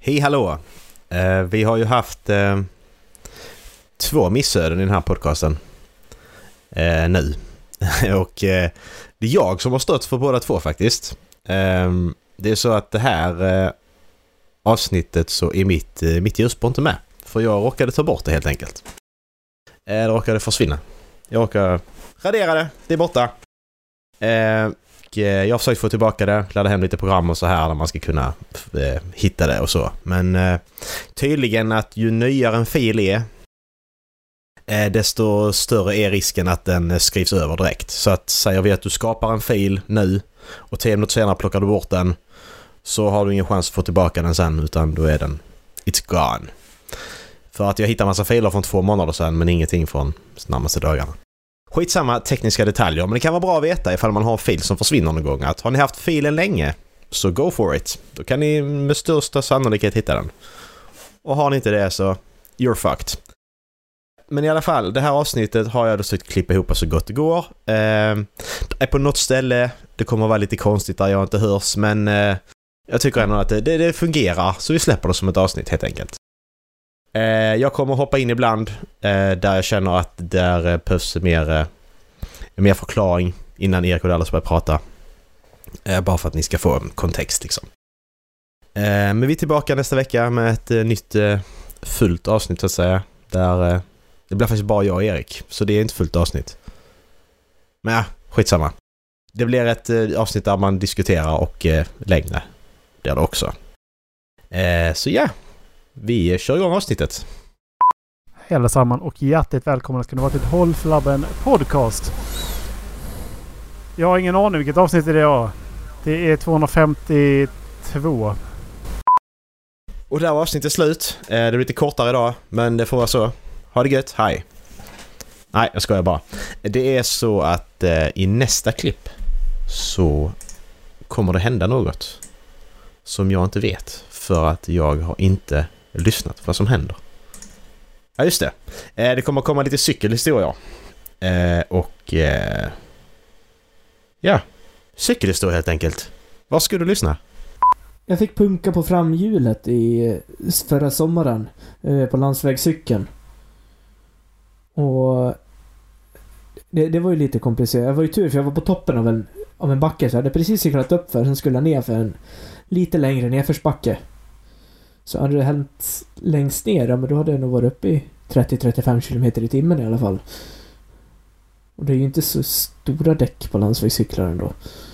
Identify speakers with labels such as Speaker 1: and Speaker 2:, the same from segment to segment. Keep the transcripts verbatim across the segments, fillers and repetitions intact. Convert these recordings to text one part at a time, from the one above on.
Speaker 1: Hej hallå! Uh, vi har ju haft uh, två missöden i den här podcasten uh, nu. Och uh, det är jag som har stått för båda två faktiskt. Uh, det är så att det här uh, avsnittet så är mitt, uh, mitt ljusspår inte med. För jag råkade ta bort det helt enkelt. Uh, det råkade försvinna. Jag råkade radera det. Det är borta. Uh, Jag har försökt få tillbaka det, ladda hem lite program och så här där man ska kunna eh, hitta det och så. Men eh, tydligen att ju nyare en fil är eh, desto större är risken att den skrivs över direkt. Så att säger vi att du skapar en fil nu och tio minuter senare plockar du bort den, så har du ingen chans att få tillbaka den sen, utan då är den it's gone. För att jag hittar massa filer från två månader sedan men ingenting från närmaste dagarna. Skitsamma tekniska detaljer, men det kan vara bra att veta ifall man har en fil som försvinner någon gång. Att har ni haft filen länge, så go for it. Då kan ni med största sannolikhet hitta den. Och har ni inte det så you're fucked. Men i alla fall, det här avsnittet har jag då försökt klippa ihop så gott det går. Eh, det är på något ställe, det kommer vara lite konstigt där jag inte hörs, men eh, jag tycker ändå att det, det, det fungerar, så vi släpper det som ett avsnitt helt enkelt. Jag kommer hoppa in ibland där jag känner att där behövs mer, mer förklaring innan Erik och Dallas börjar prata. Bara för att ni ska få kontext liksom. Men vi är tillbaka nästa vecka med ett nytt fullt avsnitt så att säga. Där det blir faktiskt bara jag och Erik, så det är inte fullt avsnitt. Men ja, skitsamma. Det blir ett avsnitt där man diskuterar och längre. Det är det också. Så ja. Vi kör igång avsnittet.
Speaker 2: Hej allesammans och hjärtligt välkomna ska ni vara till Håll Flabben podcast. Jag har ingen aning vilket avsnitt det är. Det är tvåhundrafemtiotvå.
Speaker 1: Och där var avsnittet slut. Det blir lite kortare idag, men det får vara så. Ha det gött, hej. Nej, jag skojar bara. Det är så att eh, i nästa klipp så kommer det hända något som jag inte vet. För att jag har inte lyssnat på vad som händer. Ja, just det. Eh, det kommer komma lite cykelhistorier. Eh, och... Eh, ja. Cykelhistoria helt enkelt. Var ska du lyssna?
Speaker 3: Jag fick punka på framhjulet i förra sommaren. Eh, på landsvägscykeln. Och... Det, det var ju lite komplicerat. Jag var ju tur för jag var på toppen av en, av en backe. Så jag hade precis cyklat upp för. Sen skulle jag ner för en lite längre nedförsbacke. Så hade det hänt längst ner, ja, men då hade jag nog varit uppe i trettio till trettiofem kilometer i timmen i alla fall. Och det är ju inte så stora däck på landsvägscyklar ändå.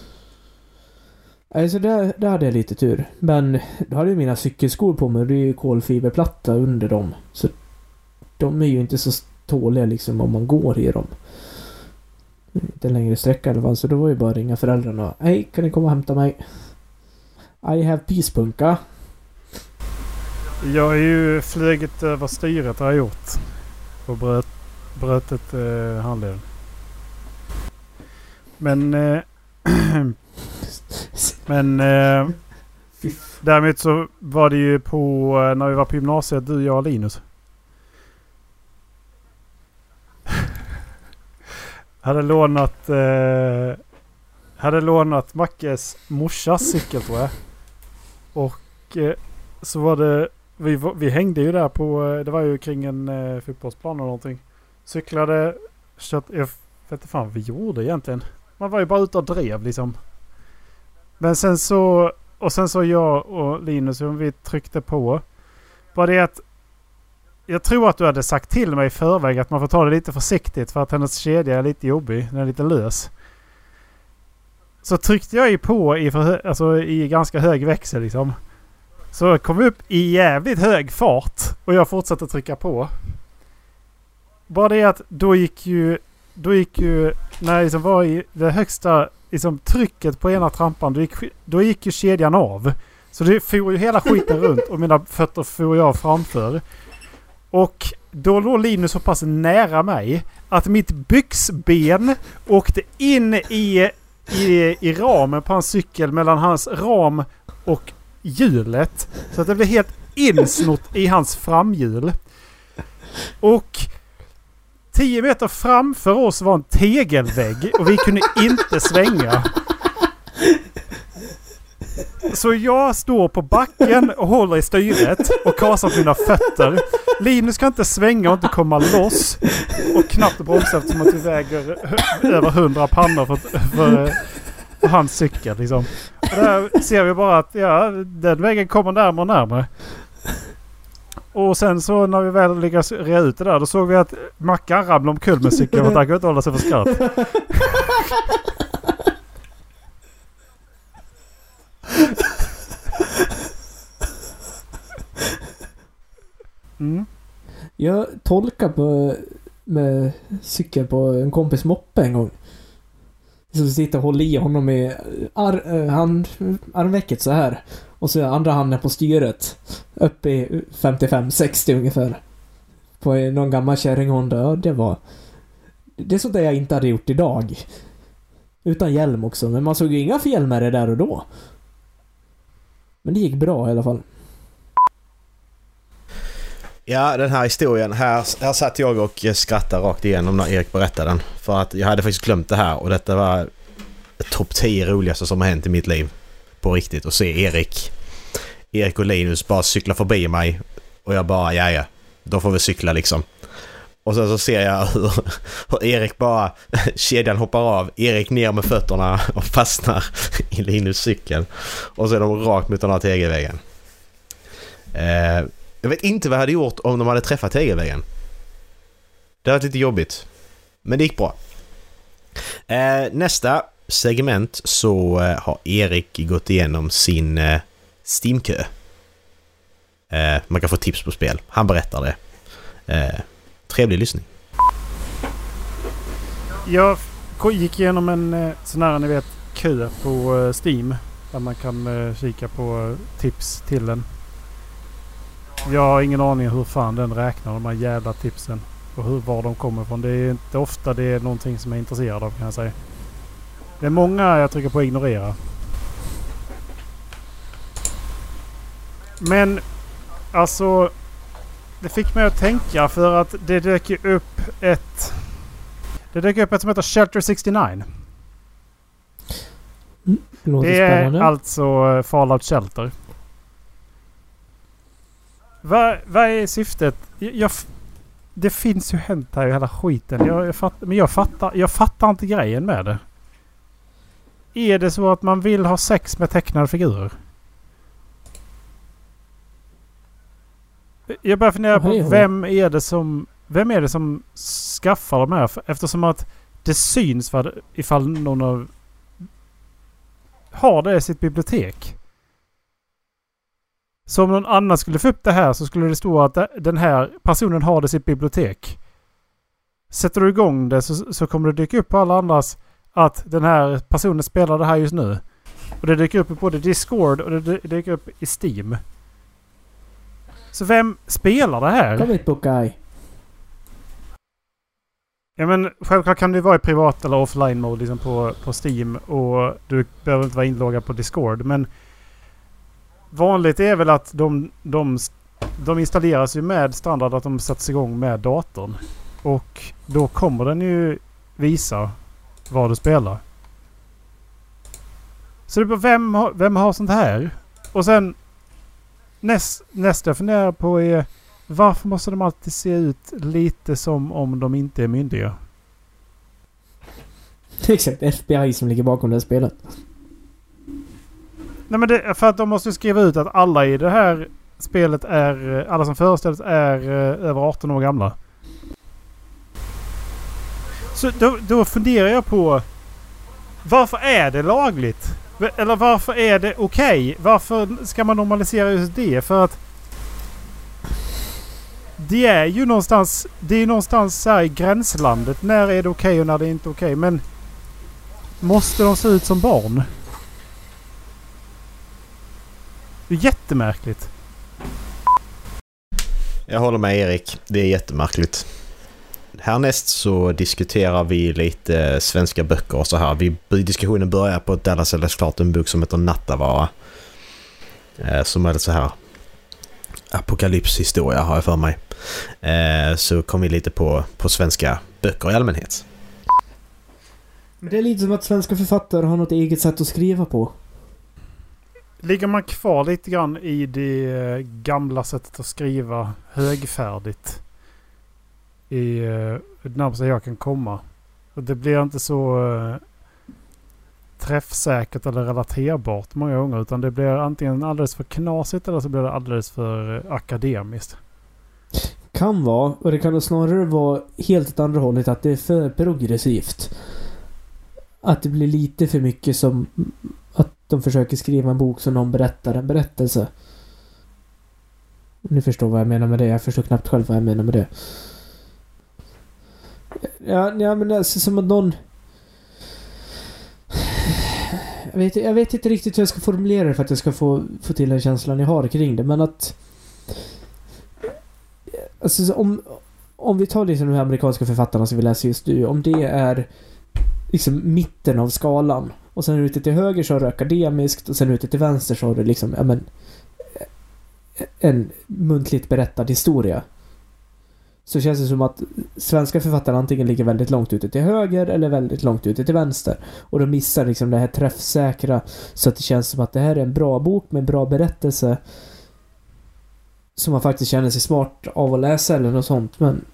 Speaker 3: Alltså där, där hade jag lite tur. Men då hade jag mina cykelskor på mig och det är ju kolfiberplatta under dem. Så de är ju inte så tåliga liksom om man går i dem. Inte en längre sträcka i alla fall. Så då var ju bara att ringa föräldrarna. Hej, kan ni komma och hämta mig? I have peace-punka.
Speaker 2: Jag har ju flugit över styret har jag gjort. Och bröt, bröt ett eh, handled. Men eh, men eh, däremot så var det ju på när vi var på gymnasiet, du, jag och Linus. hade lånat eh, hade lånat Mackes morsas cykel tror jag. Och eh, så var det Vi, vi hängde ju där på, det var ju kring en eh, fotbollsplan eller någonting. Cyklade, kört, jag vet inte fan vad vi gjorde egentligen. Man var ju bara ute och drev liksom. Men sen så, och sen så jag och Linus, vi tryckte på. Bara det att, jag tror att du hade sagt till mig i förväg att man får ta det lite försiktigt för att hennes kedja är lite jobbig, den är lite lös. Så tryckte jag ju på i, för, alltså, i ganska hög växel liksom. Så jag kom upp i jävligt hög fart och jag fortsatte trycka på. Bara det att då gick ju då gick ju när jag liksom var i det högsta liksom, trycket på ena trampan, då gick, då gick ju kedjan av. Så det for ju hela skiten runt och mina fötter for jag framför. Och då låg Linus så pass nära mig att mitt byxben åkte in i, i, i ramen på hans cykel mellan hans ram och hjulet. Så att det blev helt insnott i hans framhjul. Och tio meter framför oss var en tegelvägg och vi kunde inte svänga. Så jag står på backen och håller i styret och kasar på mina fötter. Linus kan inte svänga och inte komma loss. Och knappt bromsa eftersom att vi väger över hundra pannor för, för, för hans cykel. Liksom. Och där ser vi bara att ja, den vägen kommer närmare och närmare. Och sen så när vi väl lyckas rea ut det där, då såg vi att Mackan ramlade omkull med cykeln och han kunde inte hålla sig för skratt. Mm.
Speaker 3: Jag tolkade på, med cykeln på en kompis moppe en gång. Så vi sitter och håller i honom med ar, hand, armvecket så här. Och så andra handen på styret. Upp i femtiofem sextio ungefär. På någon gammal kärringhonda. Ja, det var... Det är sånt där jag inte hade gjort idag. Utan hjälm också. Men man såg ju inga fel med det där och då. Men det gick bra i alla fall.
Speaker 1: Ja, den här historien. Här, här satt jag och skrattade rakt igenom när Erik berättade den. För att jag hade faktiskt glömt det här. Och detta var topp tio roligaste som har hänt i mitt liv. På riktigt. Och se Erik Erik och Linus bara cykla förbi mig. Och jag bara, ja ja. Då får vi cykla liksom. Och sen så ser jag hur, hur Erik bara, kedjan hoppar av. Erik ner med fötterna och fastnar i Linus cykeln. Och så är de rakt mot den här tegelväggen. Eh, jag vet inte vad jag hade gjort om de hade träffat tegelväggen. Det var lite jobbigt. Men det gick bra. Eh, nästa segment så eh, har Erik gått igenom sin eh, Steam-kö. Eh, man kan få tips på spel. Han berättar det. Eh, trevlig lyssning.
Speaker 2: Jag gick igenom en eh, sån här, ni vet, kö på eh, Steam. Där man kan eh, kika på eh, tips till den. Jag har ingen aning hur fan den räknar, de här jävla tipsen. Och hur, var de kommer ifrån. Det är inte ofta det är någonting som jag är intresserad av, kan jag säga. Det är många jag trycker på att ignorera. Men alltså, det fick mig att tänka för att det dök upp ett det dök upp ett som heter Shelter sextionio.
Speaker 3: Mm, det
Speaker 2: det är
Speaker 3: spännande.
Speaker 2: alltså Fallout Shelter. Vad, vad är syftet? Jag, jag, det finns ju hänt här i hela skiten. Jag, jag fatt, men jag fattar, jag fattar inte grejen med det. Är det så att man vill ha sex med tecknade figurer? Jag börjar fundera på
Speaker 3: Oj, oj.
Speaker 2: vem är det som vem är det som skaffar de här? Eftersom att det syns för ifall någon av har det i sitt bibliotek. Så om någon annan skulle få upp det här så skulle det stå att den här personen har det i sitt bibliotek. Sätter du igång det så, så kommer det dyka upp på alla andras att den här personen spelar det här just nu. Och det dyker upp på både Discord och det dyker upp i Steam. Så vem spelar det här?
Speaker 3: Comic Book Guy.
Speaker 2: Ja, men självklart kan det vara i privat eller offline mode liksom på, på Steam och du behöver inte vara inloggad på Discord. Men vanligt är väl att de, de, de installeras ju med standard att de sätts igång med datorn. Och då kommer den ju visa vad du spelar. Så det är bara vem, har- vem har sånt här? Och sen näst, nästa jag funderar på är varför måste de alltid se ut lite som om de inte är myndiga?
Speaker 3: Exakt, F B I som ligger bakom det här spelet.
Speaker 2: Nej, men det, för att de måste skriva ut att alla i det här spelet är, alla som föreställs är eh, över arton år gamla. Så då, då funderar jag på varför är det lagligt? Eller varför är det okej? Okay? Varför ska man normalisera just det? För att det är ju någonstans det är någonstans så här i gränslandet. När är det okej okay och när det är inte okej? Okay? Men måste de se ut som barn? Det är jättemärkligt.
Speaker 1: Jag håller med Erik. Det är jättemärkligt. Härnäst så diskuterar vi lite svenska böcker och så här. Vi, diskussionen börjar på att Dallas eller klart en bok som heter Nattavara. Eh, som är så här apokalypshistoria har jag för mig. Eh, så kom vi lite på, på svenska böcker i allmänhet.
Speaker 3: Men det är lite som att svenska författare har något eget sätt att skriva på.
Speaker 2: ligger man kvar lite grann i det gamla sättet att skriva högfärdigt i det närmaste jag kan komma. Och det blir inte så uh, träffsäkert eller relaterbart många gånger, utan det blir antingen alldeles för knasigt eller så blir det alldeles för uh, akademiskt.
Speaker 3: Kan vara, och det kan snarare vara helt åt andra hållet, att det är för progressivt. Att det blir lite för mycket som att de försöker skriva en bok som någon berättar en berättelse. Ni förstår vad jag menar med det. Jag förstår knappt själv vad jag menar med det. Ja, ja men det är som att någon... Jag vet, jag vet inte riktigt hur jag ska formulera det för att jag ska få, få till den känslan jag har kring det. Men att... Alltså om, om vi tar liksom de här amerikanska författarna som vi läser just nu. Om det är liksom mitten av skalan. Och sen ute till höger så har du akademiskt. Och sen ute till vänster så har du liksom... Ja, men, en muntligt berättad historia. Så känns det som att svenska författare antingen ligger väldigt långt ute till höger eller väldigt långt ute till vänster. Och de missar liksom det här träffsäkra, så att det känns som att det här är en bra bok med en bra berättelse som man faktiskt känner sig smart av att läsa eller något sånt. Men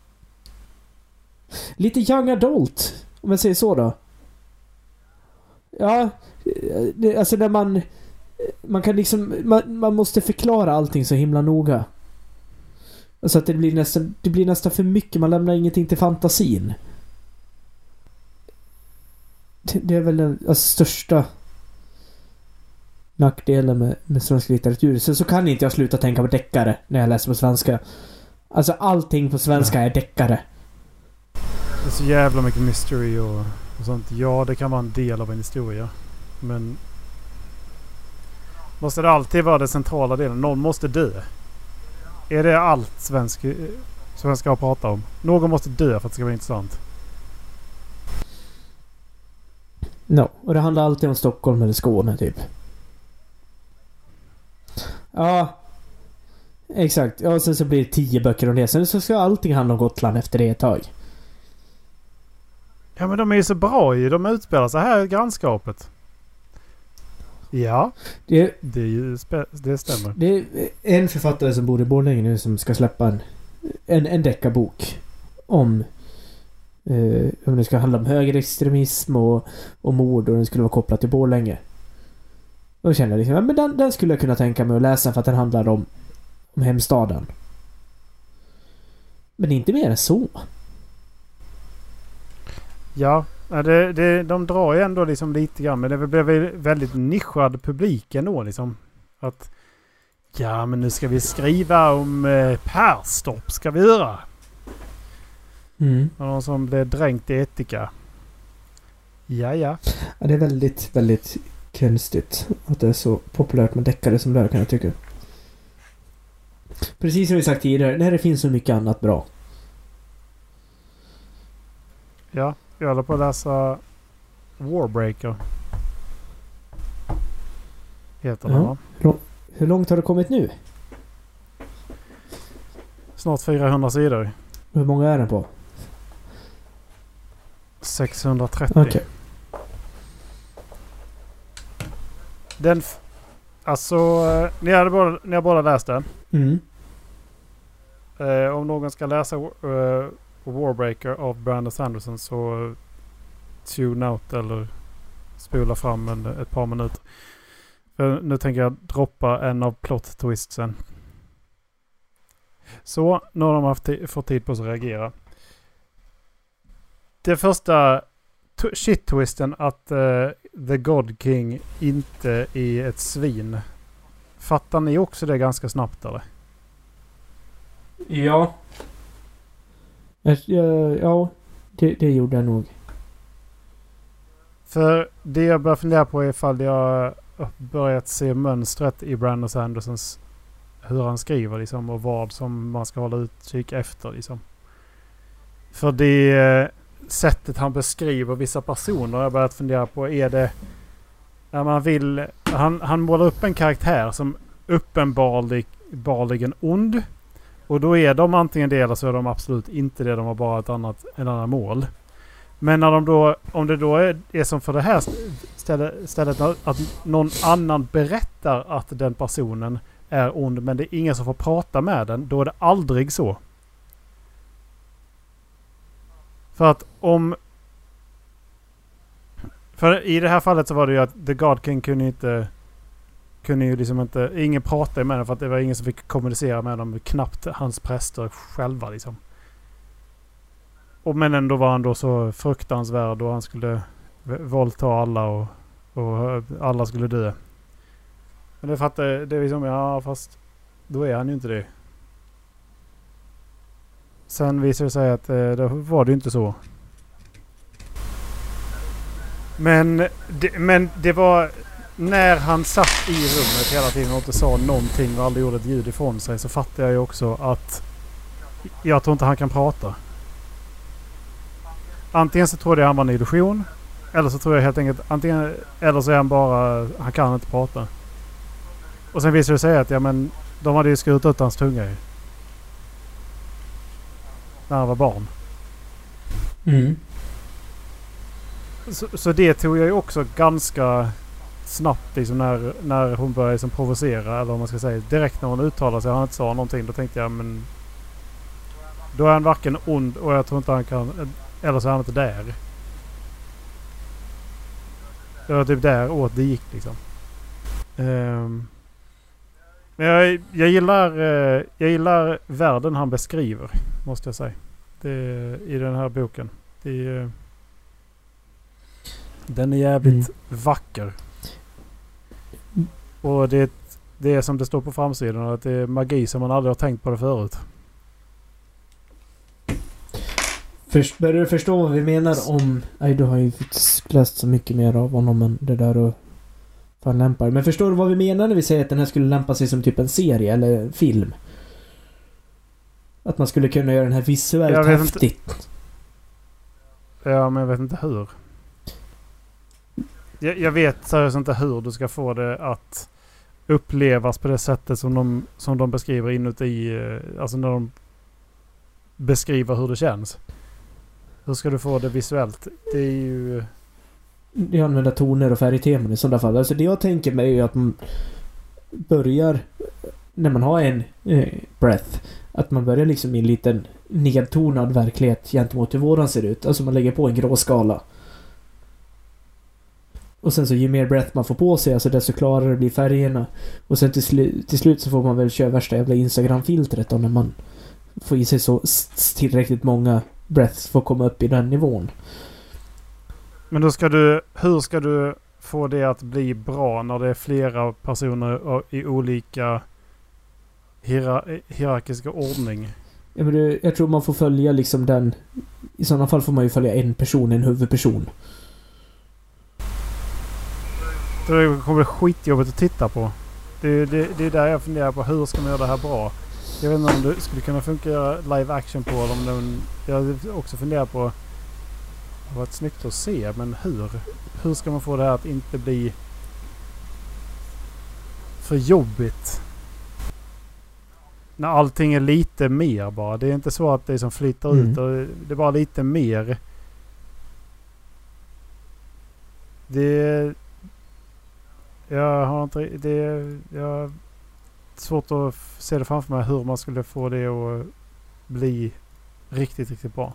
Speaker 3: lite young adult, om jag säger så då. Ja, det, alltså när man man kan liksom man, man måste förklara allting så himla noga. Så att det blir nästan det blir nästan för mycket. Man lämnar ingenting till fantasin. Det, det är väl den alltså, största nackdelen med, med svensk litteratur. Så, så kan inte jag sluta tänka på deckare när jag läser på svenska. Alltså allting på svenska är deckare.
Speaker 2: Det är så jävla mycket mystery och, och sånt. Ja, det kan vara en del av en historia. Men måste det alltid vara den centrala delen? Någon måste dö. Är det allt svensk, svenska har pratat om? Någon måste dö för att det ska vara intressant.
Speaker 3: No, och det handlar alltid om Stockholm eller Skåne typ. Ja, exakt. Ja, sen så blir det tio böcker om det. Sen så ska allting handla om Gotland efter det ett tag.
Speaker 2: Ja, men de är ju så bra ju. De utspelar sig här i grannskapet. Ja, det, det, är ju spe- det stämmer.
Speaker 3: Det är en författare som bor i Borlänge nu som ska släppa en, en, en deckarbok om eh, om det ska handla om högerextremism och, och mord, och den skulle vara kopplad till Borlänge. Och då kände jag liksom, ja, men den, den skulle jag kunna tänka mig att läsa för att den handlar om, om hemstaden. Men inte mer än så.
Speaker 2: Ja, det, det, de drar ju ändå liksom lite grann, men det blev väldigt nischad publik ändå liksom. Att ja, men nu ska vi skriva om eh, Perstorp ska vi göra.
Speaker 3: Mm.
Speaker 2: Och någon som blev dränkt i etika. Ja, ja.
Speaker 3: Ja, det är väldigt, väldigt konstigt att det är så populärt med deckare som det är, kan jag tycka. Precis som vi sagt tidigare, när det finns så mycket annat bra.
Speaker 2: Ja, jag håller på att läsa Warbreaker. Heter det, va?
Speaker 3: Ja. Hur långt har du kommit nu?
Speaker 2: Snart fyrahundra sidor.
Speaker 3: Hur många är den på?
Speaker 2: sexhundratrettio.
Speaker 3: Okej. Okay.
Speaker 2: Den... F- alltså, ni har båda, ni har båda läst den.
Speaker 3: Mm.
Speaker 2: Eh, om någon ska läsa uh, Warbreaker av Brandon Sanderson, så tune out eller spola fram en, ett par minuter. För nu tänker jag droppa en av plot twistsen. Så, nu har de haft t- fått tid på sig att reagera. Det första t- shit-twisten att uh, The God King inte är ett svin. Fattar ni också det ganska snabbt, eller?
Speaker 3: Ja. Ja, ja det, det gjorde jag nog.
Speaker 2: För det jag börjar fundera på är ifall jag börjat se mönstret i Brandon Sandersons, hur han skriver liksom, och vad som man ska hålla utkik efter liksom. För det sättet han beskriver vissa personer har jag börjat fundera på, är det när man vill, han, han målar upp en karaktär som uppenbarligen ond, och då är de antingen det eller så är de absolut inte det, de har bara ett annat, en annan mål. Men när de då, om det då är, är som för det här stället, stället att någon annan berättar att den personen är ond, men det är ingen som får prata med den, då är det aldrig så. För att om... För i det här fallet så var det ju att The God King kunde inte... Kunde ju liksom inte... Ingen pratade med den för att det var ingen som fick kommunicera med dem. Knappt hans präster själva liksom. Och men ändå var han då så fruktansvärd och han skulle våldta alla och, och alla skulle dö. Men det fattar det är liksom, ja fast då är han ju inte det. Sen visade det sig att eh, det var det ju inte så. Men det, men det var när han satt i rummet hela tiden och inte sa någonting och aldrig gjorde ett ljud ifrån sig, så fattade jag ju också att jag tror inte han kan prata. Antingen så tror jag han var en illusion, eller så tror jag helt enkelt antingen, eller så är han bara, han kan inte prata. Och sen visade det sig att ja, men de hade ju skurit ut hans tunga ju. När han var barn.
Speaker 3: Mm.
Speaker 2: Så, så det tog jag ju också ganska snabbt liksom när, när hon började liksom provocera, eller om man ska säga direkt när hon uttalade sig och han inte sa någonting, då tänkte jag men då är han varken ond och jag tror inte han kan, eller så är han inte där. Det var typ där åt det gick liksom. Um, men jag, jag gillar uh, jag gillar världen han beskriver, måste jag säga. Det, i den här boken. Det, uh, den är jävligt mm. vacker. Och det, det är som det står på framsidan, att det är magi som man aldrig har tänkt på det förut.
Speaker 3: Först, börjar du förstå vad vi menar om... Nej, du har ju läst så mycket mer av honom än det där och fan lämpar. Men förstår du vad vi menar när vi säger att den här skulle lämpa sig som typ en serie eller film? Att man skulle kunna göra den här visuellt häftigt. Inte.
Speaker 2: Ja, men jag vet inte hur. Jag, jag vet seriöst inte hur du ska få det att upplevas på det sättet som de, som de beskriver inuti, alltså när de beskriver hur det känns. Hur ska du få det visuellt? Det är ju...
Speaker 3: Det använder toner och färgteman i sådana fall. Alltså det jag tänker mig är ju att man börjar när man har en eh, breath, att man börjar liksom i en liten nedtonad verklighet gentemot hur våran ser ut. Alltså man lägger på en grå skala. Och sen så ju mer breath man får på sig, alltså desto klarare blir färgerna. Och sen till, slu- till slut så får man väl köra värsta jävla Instagram-filtret då, när man får i sig så tillräckligt många breaths för att komma upp i den nivån.
Speaker 2: Men då ska du, hur ska du få det att bli bra när det är flera personer i olika hierar- hierarkiska ordning?
Speaker 3: Ja, men det, jag tror man får följa liksom den, i sådana fall får man ju följa en person, en huvudperson.
Speaker 2: Det kommer bli skitjobbigt att titta på. Det, det, det är där jag funderar på, hur ska man göra det här bra? Jag vet inte om det skulle kunna funka live action på dem. Men jag också funderar på, det har varit snyggt att se, men hur? Hur ska man få det här att inte bli för jobbigt? När allting är lite mer bara. Det är inte så att det som flyttar mm. ut. Och det är bara lite mer. Det... Jag har inte... Det, jag svårt att se det framför mig hur man skulle få det att bli riktigt, riktigt bra.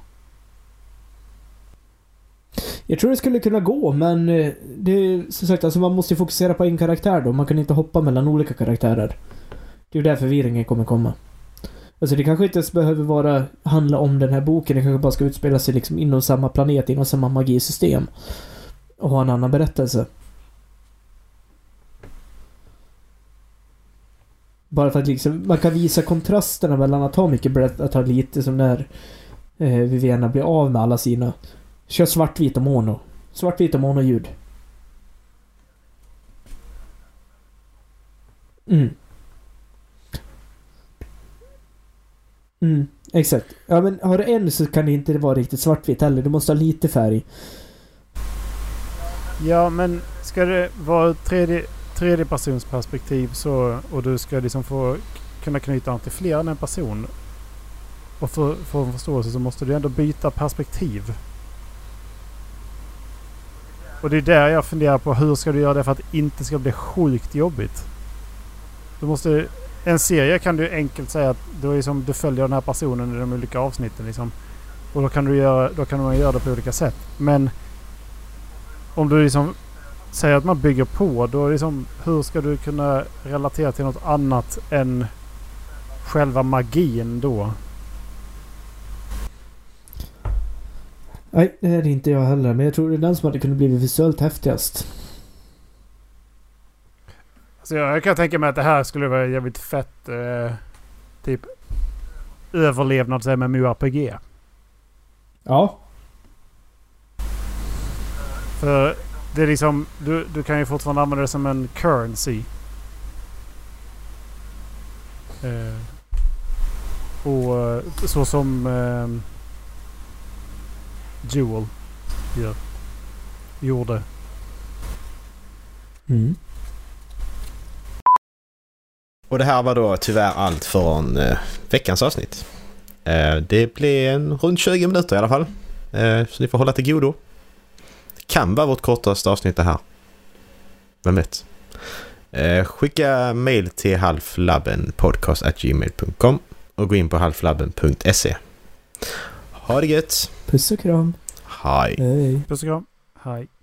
Speaker 3: Jag tror det skulle kunna gå, men det är som sagt, alltså man måste fokusera på en karaktär då. Man kan inte hoppa mellan olika karaktärer. Det är ju där förvirringen kommer komma. Alltså det kanske inte ens behöver vara handla om den här boken. Det kanske bara ska utspela sig liksom inom samma planet, inom samma magisystem. Och ha en annan berättelse. Bara för att liksom, man kan visa kontrasterna mellan att ha mycket breath, att ha lite som när eh, Viviana blir av med alla sina. Kör svartvit och mono. Svartvit och mono ljud. Mm. Mm, exakt. Ja, men har du en så kan det inte vara riktigt svartvitt heller. Du måste ha lite färg.
Speaker 2: Ja, men ska det vara tredje, tredje persons perspektiv så, och du ska liksom få kunna knyta an till fler än en person och för, för en förståelse, så måste du ändå byta perspektiv. Och det är där jag funderar på hur ska du göra det för att det inte ska bli sjukt jobbigt. Du måste, en serie kan du enkelt säga att du, är som, du följer den här personen i de olika avsnitten. Liksom. Och då kan, du göra, då kan man göra det på olika sätt. Men om du liksom säger att man bygger på, då är det som, hur ska du kunna relatera till något annat än själva magin då?
Speaker 3: Nej, det är inte jag heller. Men jag tror det är den som hade kunnat bli visuellt häftigast.
Speaker 2: Så jag kan tänka mig att det här skulle vara jävligt fett. Eh, typ överlevnads M M O R P G.
Speaker 3: Ja.
Speaker 2: För det är liksom, du, du kan ju fortfarande använda det som en currency. Eh, och så som eh, Jewel gör, gjorde.
Speaker 3: Mm.
Speaker 1: Och det här var då tyvärr allt från eh, veckans avsnitt. Eh, det blev en runt tjugo minuter i alla fall. Eh, så ni får hålla till godo. Det kan vara vårt kortaste avsnitt det här. Vem vet? Eh, skicka mail till halflabbenpodcast at gmail dot com och gå in på halflabben punkt se. Ha det gött!
Speaker 3: Puss och kram.
Speaker 1: Hej!
Speaker 3: Hej.
Speaker 2: Puss och kram. Hej.